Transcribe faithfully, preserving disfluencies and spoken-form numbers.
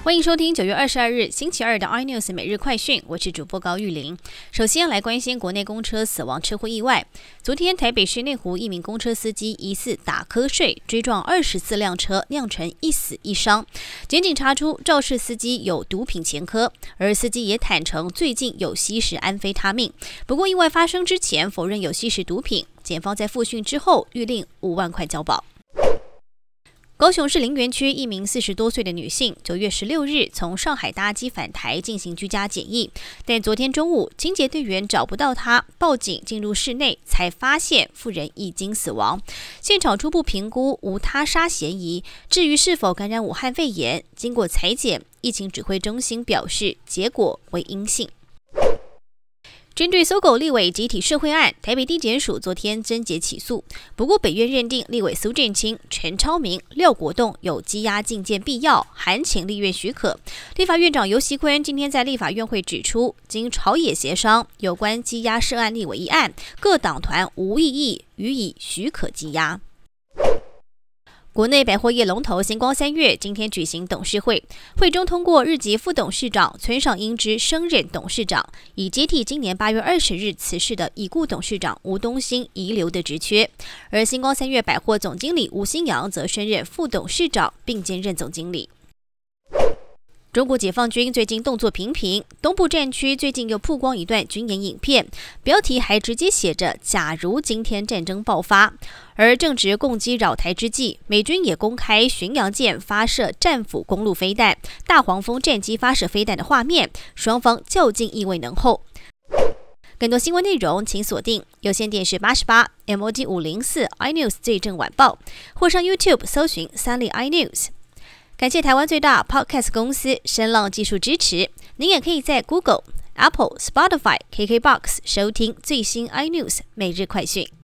欢迎收听九月二十二日星期二的 iNews 每日快讯，我是主播高玉玲。首先来关心国内公车死亡车祸意外。昨天台北市内湖一名公车司机疑似打瞌睡，追撞二十四辆车，酿成一死一伤。检警查出肇事司机有毒品前科，而司机也坦承最近有吸食安非他命。不过意外发生之前否认有吸食毒品，检方在复讯之后预令五万块交保。高雄市林园区一名四十多岁的女性，九月十六日从上海搭机返台进行居家检疫，但昨天中午清洁队员找不到她，报警进入室内，才发现妇人已经死亡。现场初步评估无他杀嫌疑，至于是否感染武汉肺炎，经过采检，疫情指挥中心表示结果为阴性。针对搜狗立委集体社会案，台北地检署昨天侦结起诉。不过，北院认定立委苏震清、陈超明、廖国栋有羁押禁见必要，函请立院许可。立法院长游锡堃今天在立法院会指出，经朝野协商，有关羁押涉案立委一案，各党团无异议，予以许可羁押。国内百货业龙头星光三月今天举行董事会，会中通过日籍副董事长村上英之升任董事长，以接替今年八月二十日辞世的已故董事长吴东兴遗留的职缺。而星光三月百货总经理吴新阳则升任副董事长，并兼任总经理。中国解放军最近动作频频，东部战区最近又曝光一段军演影片，标题还直接写着假如今天战争爆发。而正值共机扰台之际，美军也公开巡洋舰发射战斧公路飞弹、大黄蜂战机发射飞弹的画面，双方较劲意味浓厚。更多新闻内容请锁定有线电视八十八 M O D 五零四 iNews 最正晚报，或上 YouTube 搜寻三立 iNews。感谢台湾最大 Podcast 公司声浪技术支持。您也可以在 Google、Apple、Spotify、K K B O X 收听最新 iNews 每日快讯。